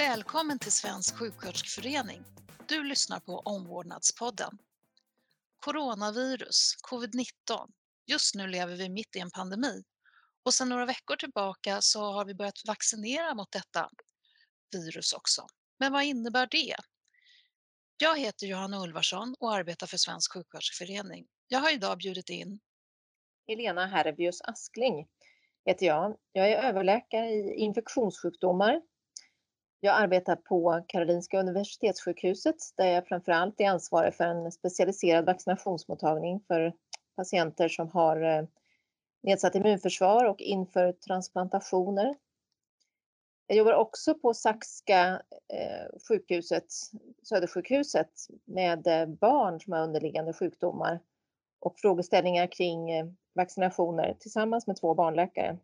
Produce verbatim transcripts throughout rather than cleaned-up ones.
Välkommen till Svensk sjuksköterskeförening. Du lyssnar på Omvårdnadspodden. Coronavirus, covid nitton. Just nu lever vi mitt i en pandemi. Och sedan några veckor tillbaka så har vi börjat vaccinera mot detta virus också. Men vad innebär det? Jag heter Johanna Ulvarsson och arbetar för Svensk sjuksköterskeförening. Jag har idag bjudit in Helena Hervius Askling heter jag. Jag är överläkare i infektionssjukdomar. Jag arbetar på Karolinska Universitetssjukhuset där jag framförallt är ansvarig för en specialiserad vaccinationsmottagning för patienter som har nedsatt immunförsvar och inför transplantationer. Jag jobbar också på Saxka sjukhuset, Södersjukhuset med barn som har underliggande sjukdomar och frågeställningar kring vaccinationer tillsammans med två barnläkare.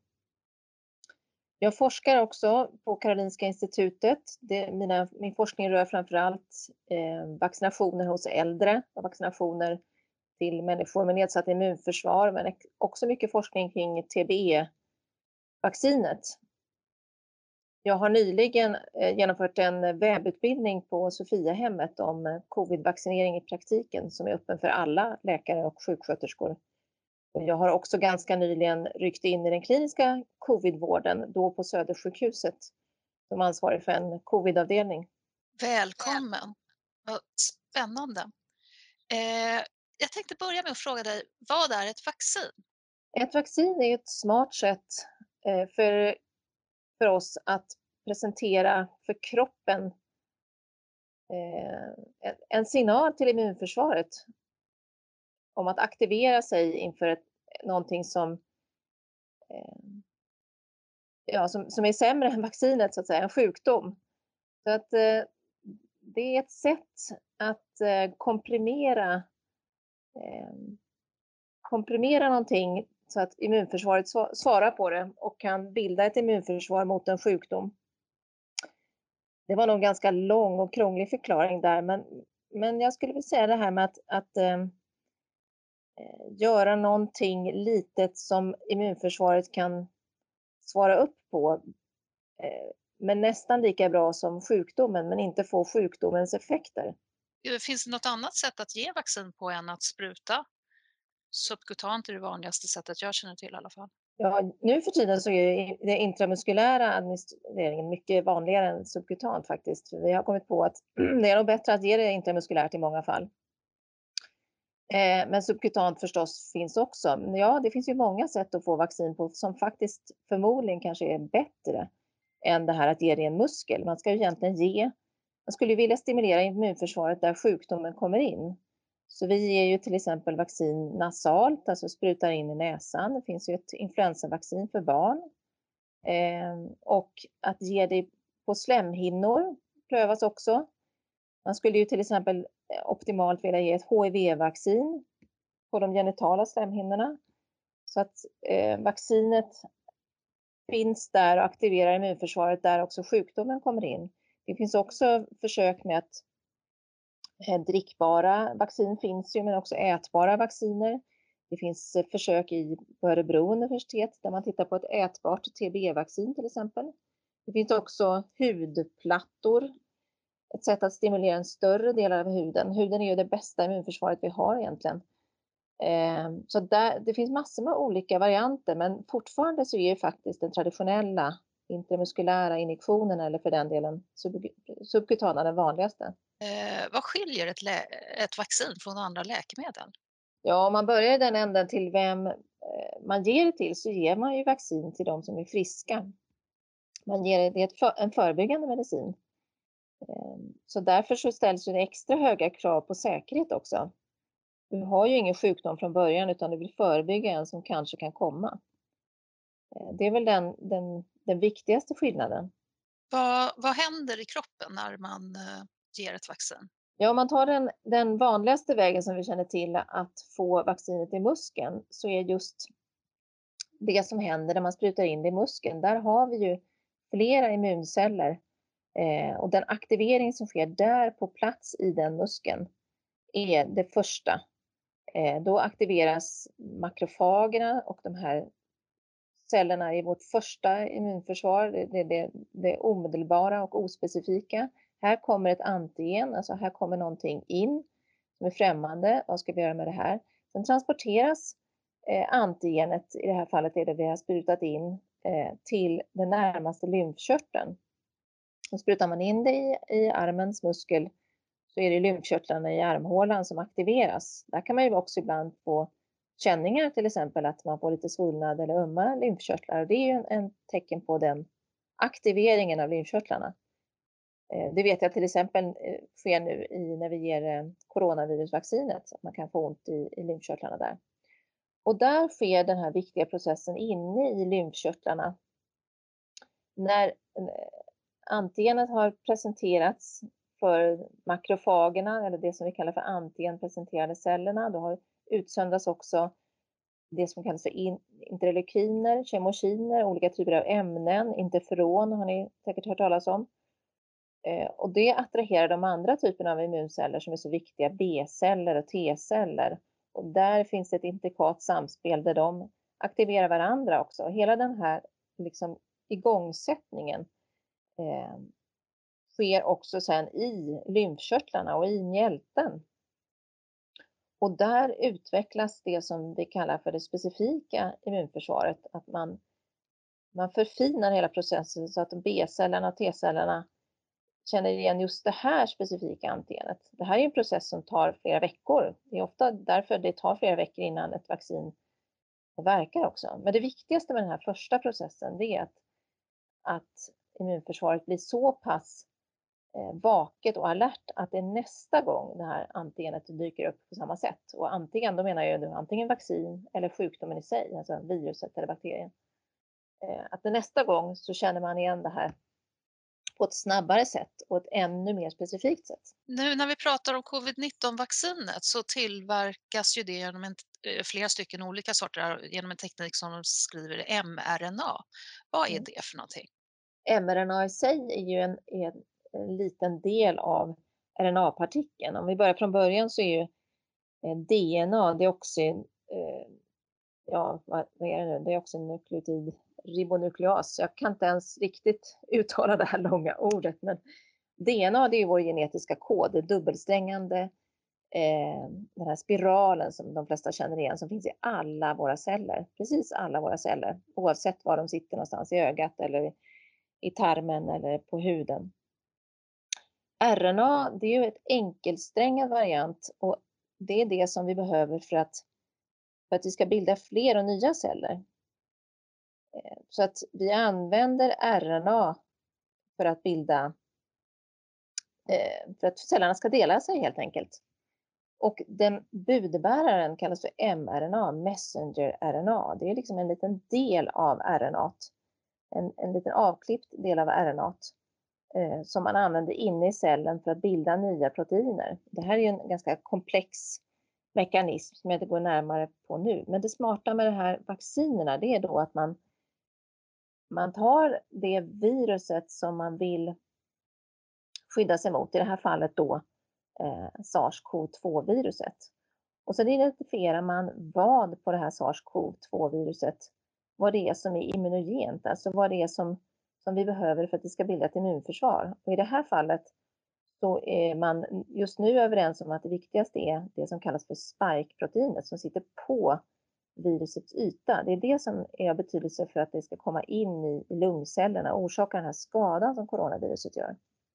Jag forskar också på Karolinska institutet. Det, mina, min forskning rör framförallt eh, vaccinationer hos äldre och vaccinationer till människor med nedsatt immunförsvar, men också mycket forskning kring T B E-vaccinet. Jag har nyligen eh, genomfört en webbutbildning på Sofiahemmet om covid-vaccinering i praktiken som är öppen för alla läkare och sjuksköterskor. Jag har också ganska nyligen ryckt in i den kliniska covidvården, då på Södersjukhuset, som ansvarig för en covidavdelning. Välkommen. Vad spännande. Eh, jag tänkte börja med att fråga dig, vad är ett vaccin? Ett vaccin är ett smart sätt eh, för, för oss att presentera för kroppen eh, en, en signal till immunförsvaret om att aktivera sig inför ett, någonting som eh, Ja, som, som är sämre än vaccinet, så att säga, en sjukdom. Så att eh, det är ett sätt att eh, komprimera, eh, komprimera någonting så att immunförsvaret svarar på det och kan bilda ett immunförsvar mot en sjukdom. Det var nog en ganska lång och krånglig förklaring där, men, men jag skulle vilja säga det här med att, att eh, göra någonting litet som immunförsvaret kan svara upp på. Eh, men nästan lika bra som sjukdomen, men inte få sjukdomens effekter. Finns det något annat sätt att ge vaccin på än att spruta? Subkutant är det vanligaste sättet jag känner till i alla fall. Ja, nu för tiden så är det intramuskulära administreringen mycket vanligare än subkutant faktiskt. Vi har kommit på att det är nog bättre att ge det intramuskulärt i många fall. Eh, men subkutant förstås finns också. Ja, det finns ju många sätt att få vaccin på som faktiskt förmodligen kanske är bättre än det här att ge det en muskel. Man ska ju egentligen ge, man skulle vilja stimulera immunförsvaret där sjukdomen kommer in. Så vi ger ju till exempel vaccin nasalt, alltså sprutar in i näsan. Det finns ju ett influensavaccin för barn. Eh, och att ge det på slemhinnor prövas också. Man skulle ju till exempel optimalt vilja ge ett H I V-vaccin på de genitala slemhinnorna. Så att eh, vaccinet finns där och aktiverar immunförsvaret där också sjukdomen kommer in. Det finns också försök med att eh, drickbara vaccin finns ju, men också ätbara vacciner. Det finns eh, försök i på Örebro universitet där man tittar på ett ätbart T B E-vaccin till exempel. Det finns också hudplattor, ett sätt att stimulera en större del av huden. Huden är ju det bästa immunförsvaret vi har egentligen. Så där, det finns massor med olika varianter, men fortfarande så är ju faktiskt den traditionella intramuskulära injektionen, eller för den delen sub, subkutana, den vanligaste. Eh, vad skiljer ett, lä- ett vaccin från andra läkemedel? Ja, om man börjar i den änden till vem eh, man ger det till, så ger man ju vaccin till de som är friska. Man ger det ett för, en förebyggande medicin. Eh, så därför så ställs det extra höga krav på säkerhet också. Du har ju ingen sjukdom från början, utan du vill förebygga en som kanske kan komma. Det är väl den, den, den viktigaste skillnaden. Vad, vad händer i kroppen när man eh, ger ett vaccin? Ja, om man tar den, den vanligaste vägen som vi känner till att få vaccinet i muskeln, så är just det som händer när man sprutar in det i muskeln. Där har vi ju flera immunceller eh, och den aktivering som sker där på plats i den muskeln är det första. Eh, då aktiveras makrofagerna och de här cellerna i vårt första immunförsvar, det det det det omedelbara och ospecifika. Här kommer ett antigen, alltså här kommer någonting in som är främmande. Vad ska vi göra med det här? Sen transporteras eh, antigenet, i det här fallet är det vi har sprutat in, eh, till den närmaste lymfkörteln. Så sprutar man in det i, i armens muskel, så är det lymfkörtlarna i armhålan som aktiveras. Där kan man ju också ibland få känningar, till exempel att man får lite svullnad eller ömma lymfkörtlar. Och det är ju en, en tecken på den aktiveringen av lymfkörtlarna. Eh, det vet jag till exempel eh, sker nu i, när vi ger eh, coronavirusvaccinet, att man kan få ont i, i lymfkörtlarna där. Och där sker den här viktiga processen inne i lymfkörtlarna. När eh, antigenet har presenterats för makrofagerna, eller det som vi kallar för antigenpresenterade cellerna, då har utsöndras också det som kallas för in, interleukiner, kemokiner, olika typer av ämnen, interferon har ni säkert hört talas om. Eh, och det attraherar de andra typerna av immunceller som är så viktiga, B-celler och T-celler. Och där finns ett intrikat samspel där de aktiverar varandra också. Och hela den här liksom igångsättningen eh, sker också sen i lymfkörtlarna och i mjälten. Och där utvecklas det som vi kallar för det specifika immunförsvaret. Att man, man förfinar hela processen så att B-cellerna och T-cellerna känner igen just det här specifika antigenet. Det här är en process som tar flera veckor. Det är ofta därför det tar flera veckor innan ett vaccin verkar också. Men det viktigaste med den här första processen, det är att, att immunförsvaret blir så pass eh, vaket och alert att det är nästa gång det här antigenet dyker upp på samma sätt. Och antigen, då menar jag nu antingen vaccin eller sjukdomen i sig, alltså viruset eller bakterien. Eh, att det nästa gång så känner man igen det här på ett snabbare sätt och ett ännu mer specifikt sätt. Nu när vi pratar om covid nitton-vaccinet så tillverkas ju det genom en, eh, flera stycken olika sorter genom en teknik som de skriver mRNA. Vad är Mm. det för någonting? mRNA i sig är ju en, är en liten del av R N A-partikeln. Om vi börjar från början så är ju eh, D N A, det är också en, eh, ja, vad, vad är det nu? Det är också en nukleotid ribonukleas. Jag kan inte ens riktigt uttala det här långa ordet, men D N A, det är ju vår genetiska kod, det dubbelsträngande, eh, den här spiralen som de flesta känner igen, som finns i alla våra celler, precis alla våra celler, oavsett var de sitter någonstans, i ögat eller i tarmen eller på huden. R N A, det är ju ett enkelsträngad variant och det är det som vi behöver för att, för att vi ska bilda fler och nya celler. Eh, Så att vi använder R N A för att bilda, eh, för att cellerna ska dela sig helt enkelt. Och den budbäraren kallas för mRNA, messenger R N A. Det är liksom en liten del av R N A, en, en liten avklippt del av R N A eh, som man använder inne i cellen för att bilda nya proteiner. Det här är ju en ganska komplex mekanism som jag inte går närmare på nu. Men det smarta med de här vaccinerna, det är då att man, man tar det viruset som man vill skydda sig mot, i det här fallet då eh, SARS-CoV två-viruset. Och sen identifierar man vad på det här SARS-CoV två-viruset, vad det är som är immunogent, alltså vad det är som, som vi behöver för att det ska bilda ett immunförsvar. Och i det här fallet så är man just nu överens om att det viktigaste är det som kallas för spike-proteinet som sitter på virusets yta. Det är det som är av betydelse för att det ska komma in i, i lungcellerna och orsaka den här skadan som coronaviruset gör.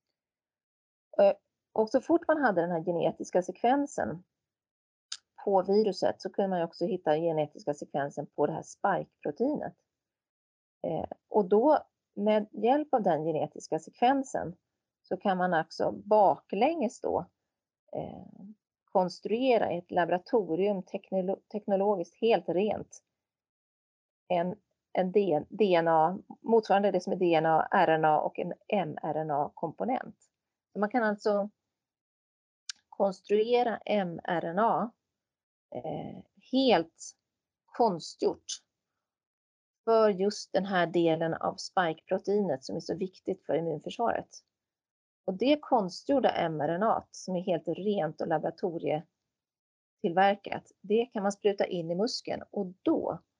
Och så fort man hade den här genetiska sekvensen på viruset så kunde man också hitta genetiska sekvensen på det här spike-proteinet. Eh, och då med hjälp av den genetiska sekvensen så kan man också baklänges då eh, konstruera ett laboratorium teknolo- teknologiskt helt rent en, en D N A, motsvarande det som är D N A, R N A och en mRNA-komponent. Så man kan alltså konstruera mRNA eh, helt konstgjort för just den här delen av spike-proteinet som är så viktigt för immunförsvaret. Och det konstgjorda mRNA som är helt rent och laboratorietillverkat, det kan man spruta in i muskeln och då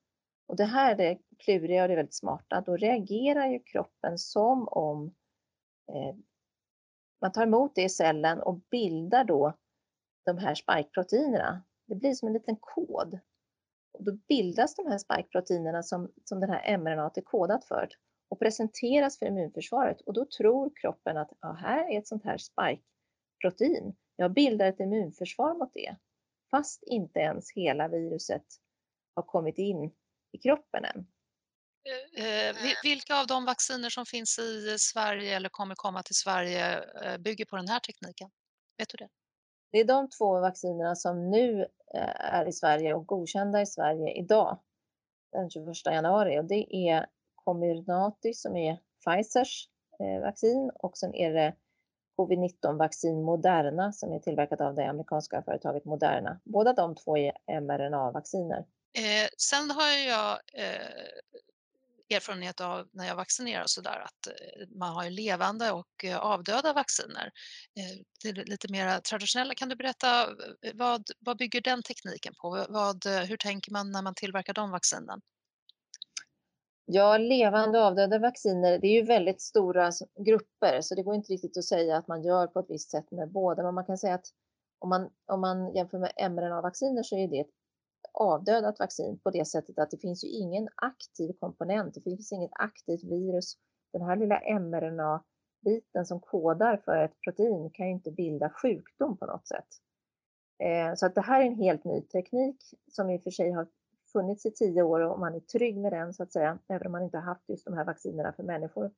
Och det här är det kluriga och det är väldigt smarta. Då reagerar ju kroppen som om eh, man tar emot det i cellen och bildar då de här spikeproteinerna. Det blir som en liten kod. Och då bildas de här spikeproteinerna som, som den här mRNA är kodat för och presenteras för immunförsvaret. Och då tror kroppen att ja, här är ett sånt här spikeprotein. Jag bildar ett immunförsvar mot det. Fast inte ens hela viruset har kommit in i kroppen än. Eh, vi- vilka av de vacciner som finns i Sverige eller kommer komma till Sverige eh, bygger på den här tekniken? Vet du det? Det är de två vaccinerna som nu eh, är i Sverige och godkända i Sverige idag, den tjugoförsta januari. Och det är Comirnaty som är Pfizers eh, vaccin och sen är det covid nitton-vaccin Moderna som är tillverkat av det amerikanska företaget Moderna. Båda de två är mRNA-vacciner. Eh, sen har ju jag eh, erfarenhet av när jag vaccinerar och så där att eh, man har ju levande och eh, avdöda vacciner. Eh, det är lite mer traditionella. Kan du berätta eh, vad, vad bygger den tekniken på? Vad, eh, hur tänker man när man tillverkar de vaccinen? Ja, levande och avdöda vacciner, det är ju väldigt stora s- grupper, så det går inte riktigt att säga att man gör på ett visst sätt med båda. Men man kan säga att om man, om man jämför med mRNA-vacciner så är det ett avdödat vaccin på det sättet att det finns ju ingen aktiv komponent. Det finns inget aktivt virus. Den här lilla mRNA-biten som kodar för ett protein kan ju inte bilda sjukdom på något sätt. Eh, så att det här är en helt ny teknik som i och för sig har funnits i tio år och man är trygg med den så att säga, även om man inte har haft just de här vaccinerna för människor.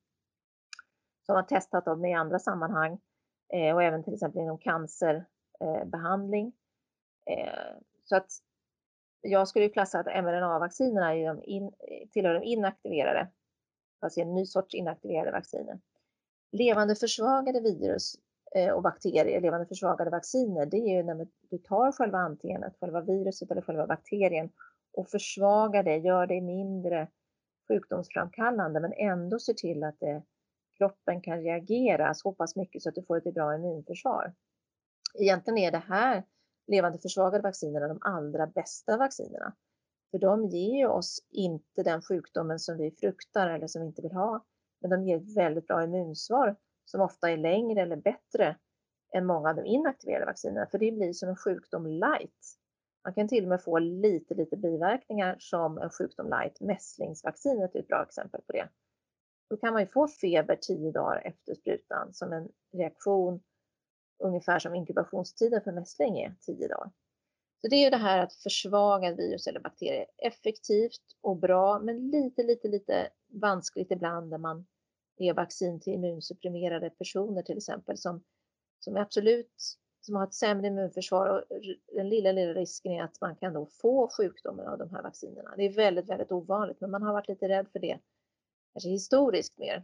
Så har man testat dem i andra sammanhang eh, och även till exempel inom cancerbehandling. Eh, så att jag skulle klassa att mRNA-vaccinerna är de in, tillhör de inaktiverade, alltså en ny sorts inaktiverade vacciner. Levande försvagade virus eh, och bakterier, levande försvagade vacciner, det är ju när du tar själva antigenet, själva viruset eller själva bakterien och försvagar det, gör det mindre sjukdomsframkallande men ändå ser till att det, kroppen kan reagera så pass mycket så att du får ett bra immunförsvar. Egentligen är det här levande försvagade vaccinerna de allra bästa vaccinerna. För de ger ju oss inte den sjukdomen som vi fruktar eller som vi inte vill ha. Men de ger ett väldigt bra immunsvar som ofta är längre eller bättre än många av de inaktiverade vaccinerna. För det blir som en sjukdom light. Man kan till och med få lite, lite biverkningar som en sjukdom light. Mässlingsvaccinet är ett bra exempel på det. Då kan man ju få feber tio dagar efter sprutan som en reaktion, ungefär som inkubationstiden för mässling är tio dagar. Så det är ju det här att försvaga virus eller bakterier effektivt och bra, men lite, lite, lite vanskligt ibland när man ger vaccin till immunsupprimerade personer till exempel som, som är absolut som har ett sämre immunförsvar och den lilla, lilla risken är att man kan då få sjukdomen av de här vaccinerna. Det är väldigt, väldigt ovanligt, men man har varit lite rädd för det, kanske historiskt mer.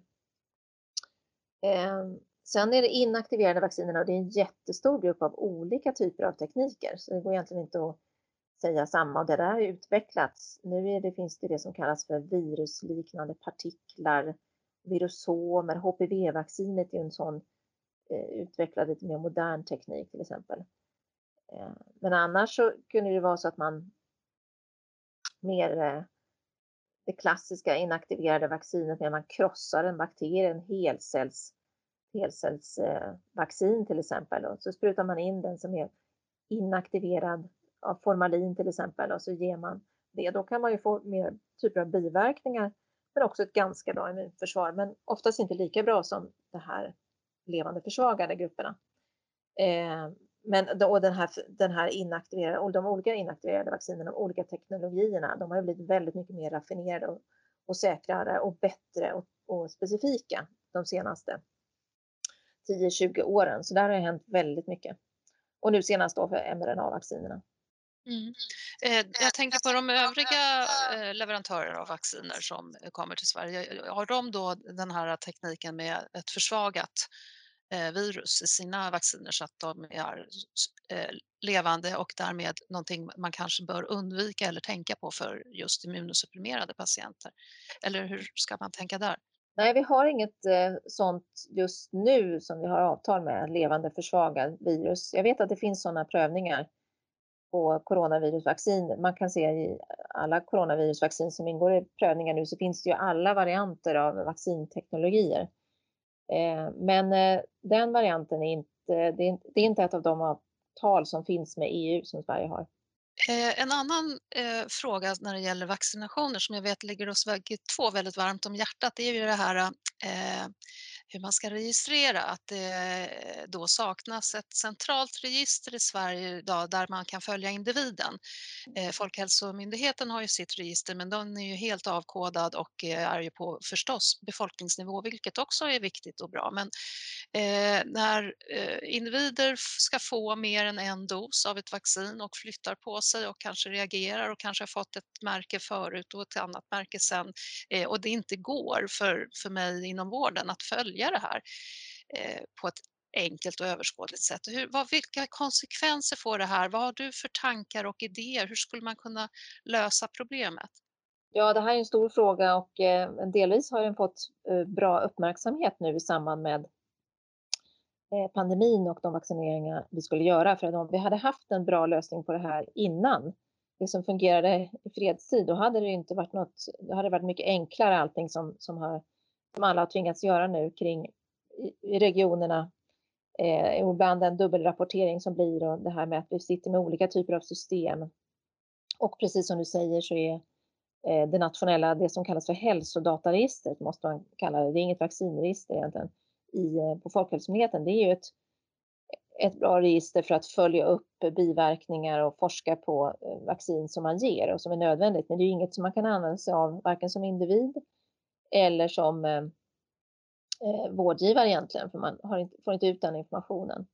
Eh, sen är det inaktiverade vaccinerna och det är en jättestor grupp av olika typer av tekniker, så det går egentligen inte att säga samma och det där har utvecklats. Nu är det, finns det det som kallas för virusliknande partiklar, virusomer, H P V-vaccinet är en sån eh, utvecklad lite mer modern teknik till exempel. Eh, men annars så kunde det vara så att man mer eh, det klassiska inaktiverade vaccinet när man krossar en bakterie, en helcells helcellsvaccin eh, till exempel och så sprutar man in den som är inaktiverad av formalin till exempel och så ger man det. Då kan man ju få mer typer av biverkningar men också ett ganska bra immunförsvar men oftast inte lika bra som det här levande försvagade grupperna. Eh, men då, och den här, den här inaktiverade och de olika inaktiverade vaccinerna, de olika teknologierna, de har ju blivit väldigt mycket mer raffinerade och, och säkrare och bättre och, och specifika de senaste tio tjugo åren. Så där har det hänt väldigt mycket. Och nu senast då för mRNA-vaccinerna. Mm. Eh, jag tänker på de övriga eh, leverantörer av vacciner som eh, kommer till Sverige. Har de då den här tekniken med ett försvagat eh, virus i sina vacciner så att de är eh, levande och därmed någonting man kanske bör undvika eller tänka på för just immunosupprimerade patienter? Eller hur ska man tänka där? Nej, vi har inget eh, sånt just nu som vi har avtal med, levande försvagad virus. Jag vet att det finns sådana prövningar på coronavirusvaccin. Man kan se i alla coronavirusvaccin som ingår i prövningar nu, så finns det ju alla varianter av vaccinteknologier. Eh, men eh, den varianten är inte, det är, inte- det är inte ett av de avtal som finns med E U som Sverige har. Eh, en annan eh, fråga när det gäller vaccinationer som jag vet ligger oss bägge två väldigt varmt om hjärtat, det är ju det här eh, hur man ska registrera. Att det då saknas ett centralt register i Sverige idag där man kan följa individen. Eh, Folkhälsomyndigheten har ju sitt register, men den är ju helt avkodad och eh, är ju på förstås befolkningsnivå, vilket också är viktigt och bra. Men eh, när eh, individer f- ska få mer än en dos av ett vaccin och flyttar på sig och kanske reagerar och kanske har fått ett märke förut och ett annat märke sen, eh, och det inte går för, för mig inom vården att följa det här eh, på ett enkelt och överskådligt sätt. Hur, vad, vilka konsekvenser får det här? Vad har du för tankar och idéer? Hur skulle man kunna lösa problemet? Ja, det här är en stor fråga och eh, delvis har den fått eh, bra uppmärksamhet nu i samband med eh, pandemin och de vaccineringar vi skulle göra. För att om vi hade haft en bra lösning på det här innan, det som fungerade i fredstid, då hade det inte varit något, då hade det varit mycket enklare allting som, som, har, som alla har tvingats göra nu kring i, i regionerna. Eh, och ibland den dubbelrapportering som blir och det här med att vi sitter med olika typer av system. Och precis som du säger så är eh, det nationella, det som kallas för hälsodataregistret, måste man kalla det. Det är inget vaccinregister egentligen i, eh, på Folkhälsomyndigheten. Det är ju ett, ett bra register för att följa upp biverkningar och forska på eh, vaccin som man ger och som är nödvändigt. Men det är ju inget som man kan använda sig av varken som individ eller som eh, eh, vårdgivare egentligen, för man har inte, får inte ut den informationen.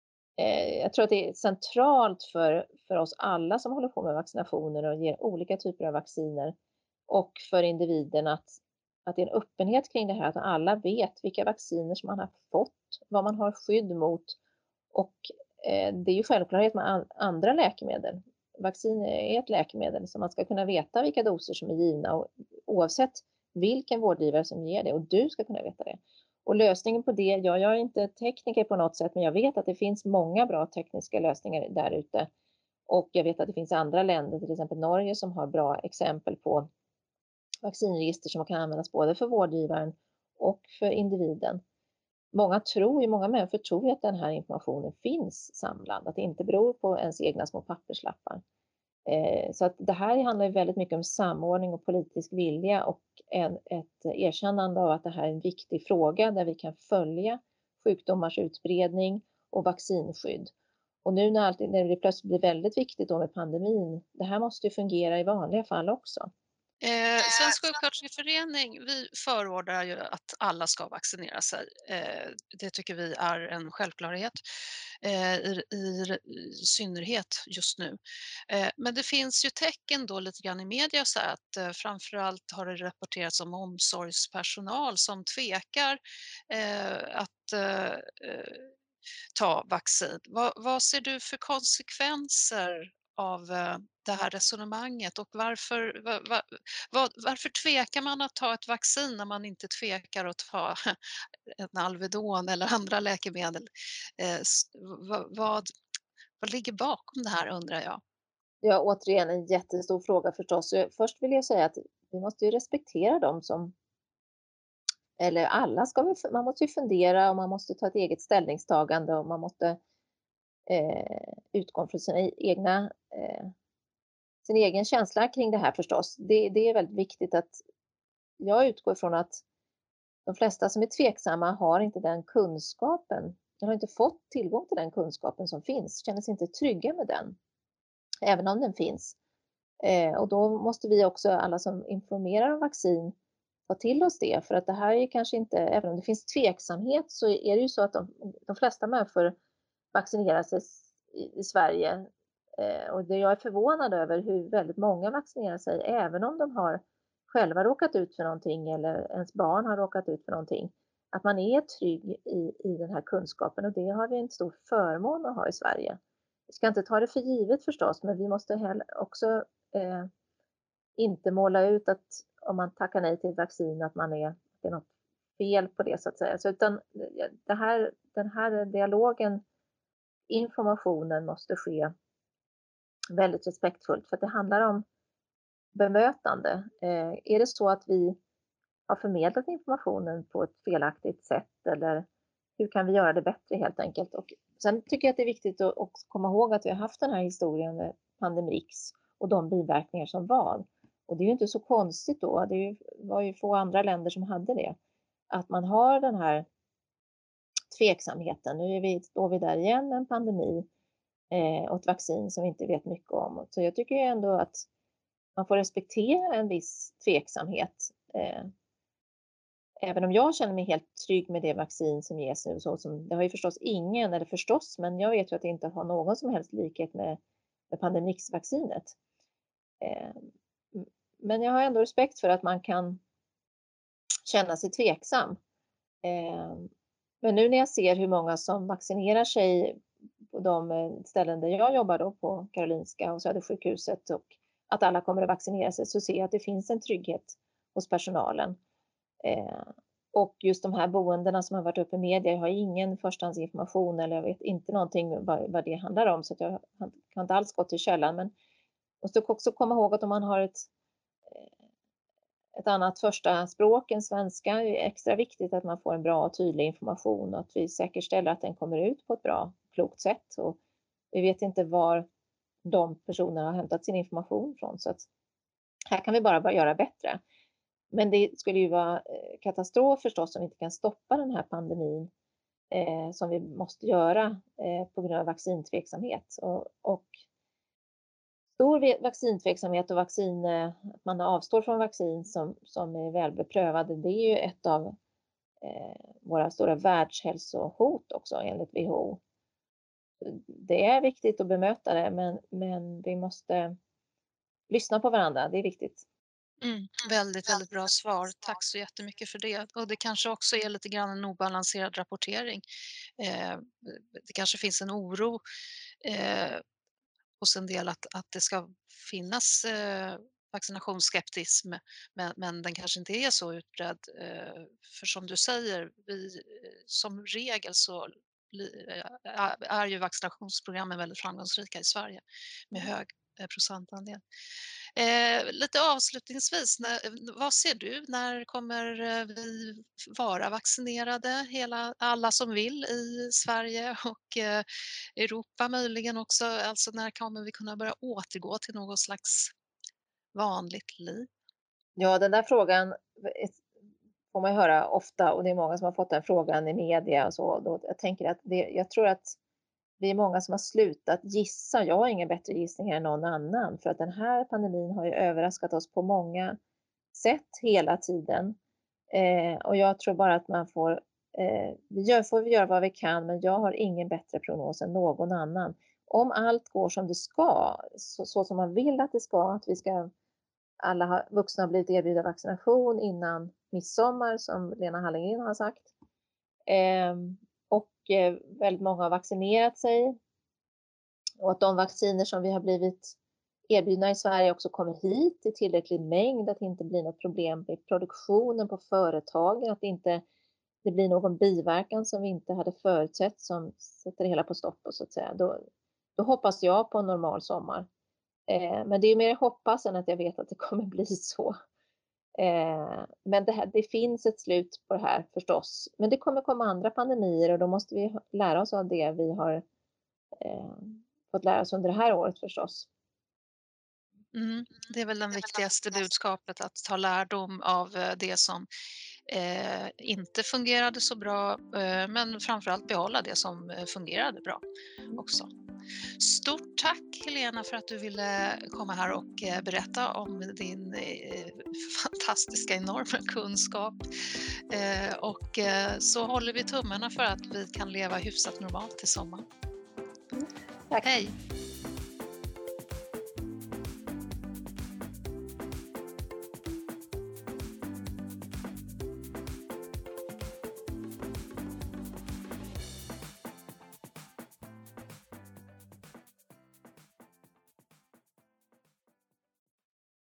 Eh, jag tror att det är centralt för, för oss alla som håller på med vaccinationer och ger olika typer av vacciner och för individen att, att det är en öppenhet kring det här, att alla vet vilka vacciner som man har fått, vad man har skydd mot och eh, det är ju självklarhet med an, andra läkemedel. Vaccin är ett läkemedel så man ska kunna veta vilka doser som är givna och, oavsett vilken vårdgivare som ger det och du ska kunna veta det. Och lösningen på det, ja, jag är inte tekniker på något sätt, men jag vet att det finns många bra tekniska lösningar där ute. Och jag vet att det finns andra länder, till exempel Norge, som har bra exempel på vaccinregister som kan användas både för vårdgivaren och för individen. Många tror ju, många människor tror ju att den här informationen finns samlad, att det inte beror på ens egna små papperslappar. Eh, så att det här handlar ju väldigt mycket om samordning och politisk vilja och en, ett erkännande av att det här är en viktig fråga där vi kan följa sjukdomars utbredning och vaccinskydd. Och nu när, allt, när det plötsligt blir väldigt viktigt då med pandemin, det här måste ju fungera i vanliga fall också. Eh, Svensk sjuksköterskeförening, vi förordar ju att alla ska vaccinera sig. Eh, det tycker vi är en självklarhet, eh, i, i, i synnerhet just nu. Eh, men det finns ju tecken då lite grann i media så att eh, framförallt har det rapporterats om omsorgspersonal som tvekar eh, att eh, eh, ta vaccin. Vad, vad ser du för konsekvenser av eh, det här resonemanget och varför, va, va, vad, varför tvekar man att ta ett vaccin när man inte tvekar att ta en Alvedon eller andra läkemedel? Eh, s- vad, vad, vad ligger bakom det här undrar jag? Ja, återigen en jättestor fråga förstås. Så först vill jag säga att vi måste ju respektera dem som, eller alla ska vi, man måste ju fundera och man måste ta ett eget ställningstagande och man måste eh, utgå från sina egna eh, sin egen känsla kring det här förstås. Det, det är väldigt viktigt att jag utgår från att de flesta som är tveksamma har inte den kunskapen. De har inte fått tillgång till den kunskapen som finns, känner sig inte trygga med den, även om den finns. Eh, och då måste vi också, alla som informerar om vaccin, ta till oss det. För att det här är kanske inte, även om det finns tveksamhet så är det ju så att de, de flesta människor vaccinerar sig i, i Sverige. Eh, och det jag är förvånad över hur väldigt många vaccinerar sig, även om de har själva råkat ut för någonting eller ens barn har råkat ut för någonting. Att man är trygg i, i den här kunskapen och det har vi en stor förmån att ha i Sverige. Vi ska inte ta det för givet förstås, men vi måste heller också eh, inte måla ut att om man tackar nej till ett vaccin att man är, det är något fel på det så att säga. Så utan eh, det här, den här dialogen, informationen måste ske väldigt respektfullt, för att det handlar om bemötande. Eh, är det så att vi har förmedlat informationen på ett felaktigt sätt, eller hur kan vi göra det bättre helt enkelt? Och sen tycker jag att det är viktigt att också komma ihåg att vi har haft den här historien med Pandemrix och de biverkningar som var. Och det är ju inte så konstigt då, det är ju, var ju få andra länder som hade det. Att man har den här tveksamheten. Nu är vi, står vi där igen med en pandemi eh, och ett vaccin som vi inte vet mycket om. Så jag tycker ju ändå att man får respektera en viss tveksamhet. Eh, även om jag känner mig helt trygg med det vaccin som ges nu, så som, det har ju förstås ingen, eller förstås, men jag vet ju att det inte har någon som helst likhet med, med Pandemrix-vaccinet. Eh, men jag har ändå respekt för att man kan känna sig tveksam. Eh, men nu när jag ser hur många som vaccinerar sig på de eh, ställen där jag jobbar då, på Karolinska och Södersjukhuset, och att alla kommer att vaccinera sig, så ser jag att det finns en trygghet hos personalen. Eh, och just de här boendena som har varit uppe i media, jag har ingen förstahandsinformation, eller jag vet inte någonting vad, vad det handlar om, så att jag kan inte alls gå till källan. Men måste också komma ihåg att om man har ett, ett annat första språk än svenska, är det extra viktigt att man får en bra och tydlig information, och att vi säkerställer att den kommer ut på ett bra, klokt sätt. Och vi vet inte var de personerna har hämtat sin information från, så att här kan vi bara, bara göra bättre. Men det skulle ju vara katastrof förstås om vi inte kan stoppa den här pandemin eh, som vi måste göra eh, på grund av vaccintveksamhet. Och, och stor vaccintveksamhet och vaccin, eh, att man avstår från vaccin som, som är välbeprövade, det är ju ett av eh, våra stora världshälsohot också enligt W H O. Det är viktigt att bemöta det, men, men vi måste lyssna på varandra, det är viktigt. Mm, väldigt, väldigt bra svar. Tack så jättemycket för det. Och det kanske också är lite grann en obalanserad rapportering. Eh, det kanske finns en oro eh, hos en del att, att det ska finnas eh, vaccinationsskeptism, men, men den kanske inte är så utbredd. Eh, för som du säger, vi, eh, som regel så li- eh, är ju vaccinationsprogrammen väldigt framgångsrika i Sverige med hög eh, procentandel. Eh, lite avslutningsvis, när, vad ser du, när kommer eh, vi vara vaccinerade, hela, alla som vill i Sverige och eh, Europa möjligen också? Alltså när kommer vi kunna börja återgå till något slags vanligt liv? Ja, den där frågan får man ju höra ofta, och det är många som har fått den frågan i media och så. Då, jag tänker att det, jag tror att vi är många som har slutat gissa. Jag har ingen bättre gissning än någon annan, för att den här pandemin har ju överraskat oss på många sätt hela tiden. Eh, och jag tror bara att man får, eh, vi gör, får vi göra vad vi kan, men jag har ingen bättre prognos än någon annan. Om allt går som det ska, så, så som man vill att det ska, att vi ska, alla har, vuxna har blivit erbjudna vaccination innan midsommar, som Lena Hallengren har sagt. Eh, och eh, väldigt många har vaccinerat sig. Och att de vacciner som vi har blivit erbjudna i Sverige också kommer hit i tillräcklig mängd, att det inte blir något problem med produktionen på företagen, att det inte det blir någon biverkan som vi inte hade förutsett som sätter det hela på stopp, och så att säga. Då, då hoppas jag på en normal sommar. Eh, men det är mer hoppas än att jag vet att det kommer bli så. Eh, men det, här, det finns ett slut på det här förstås. Men det kommer komma andra pandemier, och då måste vi lära oss av det vi har eh, fått lära oss under det här året förstås. Mm, det är väl det viktigaste budskapet, att ta lärdom av eh, det som eh, inte fungerade så bra, eh, men framförallt behålla det som eh, fungerade bra också. Stort tack Helena för att du ville komma här och eh, berätta om din eh, fantastiska, enorma kunskap. Eh, och eh, så håller vi tummarna för att vi kan leva hyfsat normalt i sommar. Tack. Hej!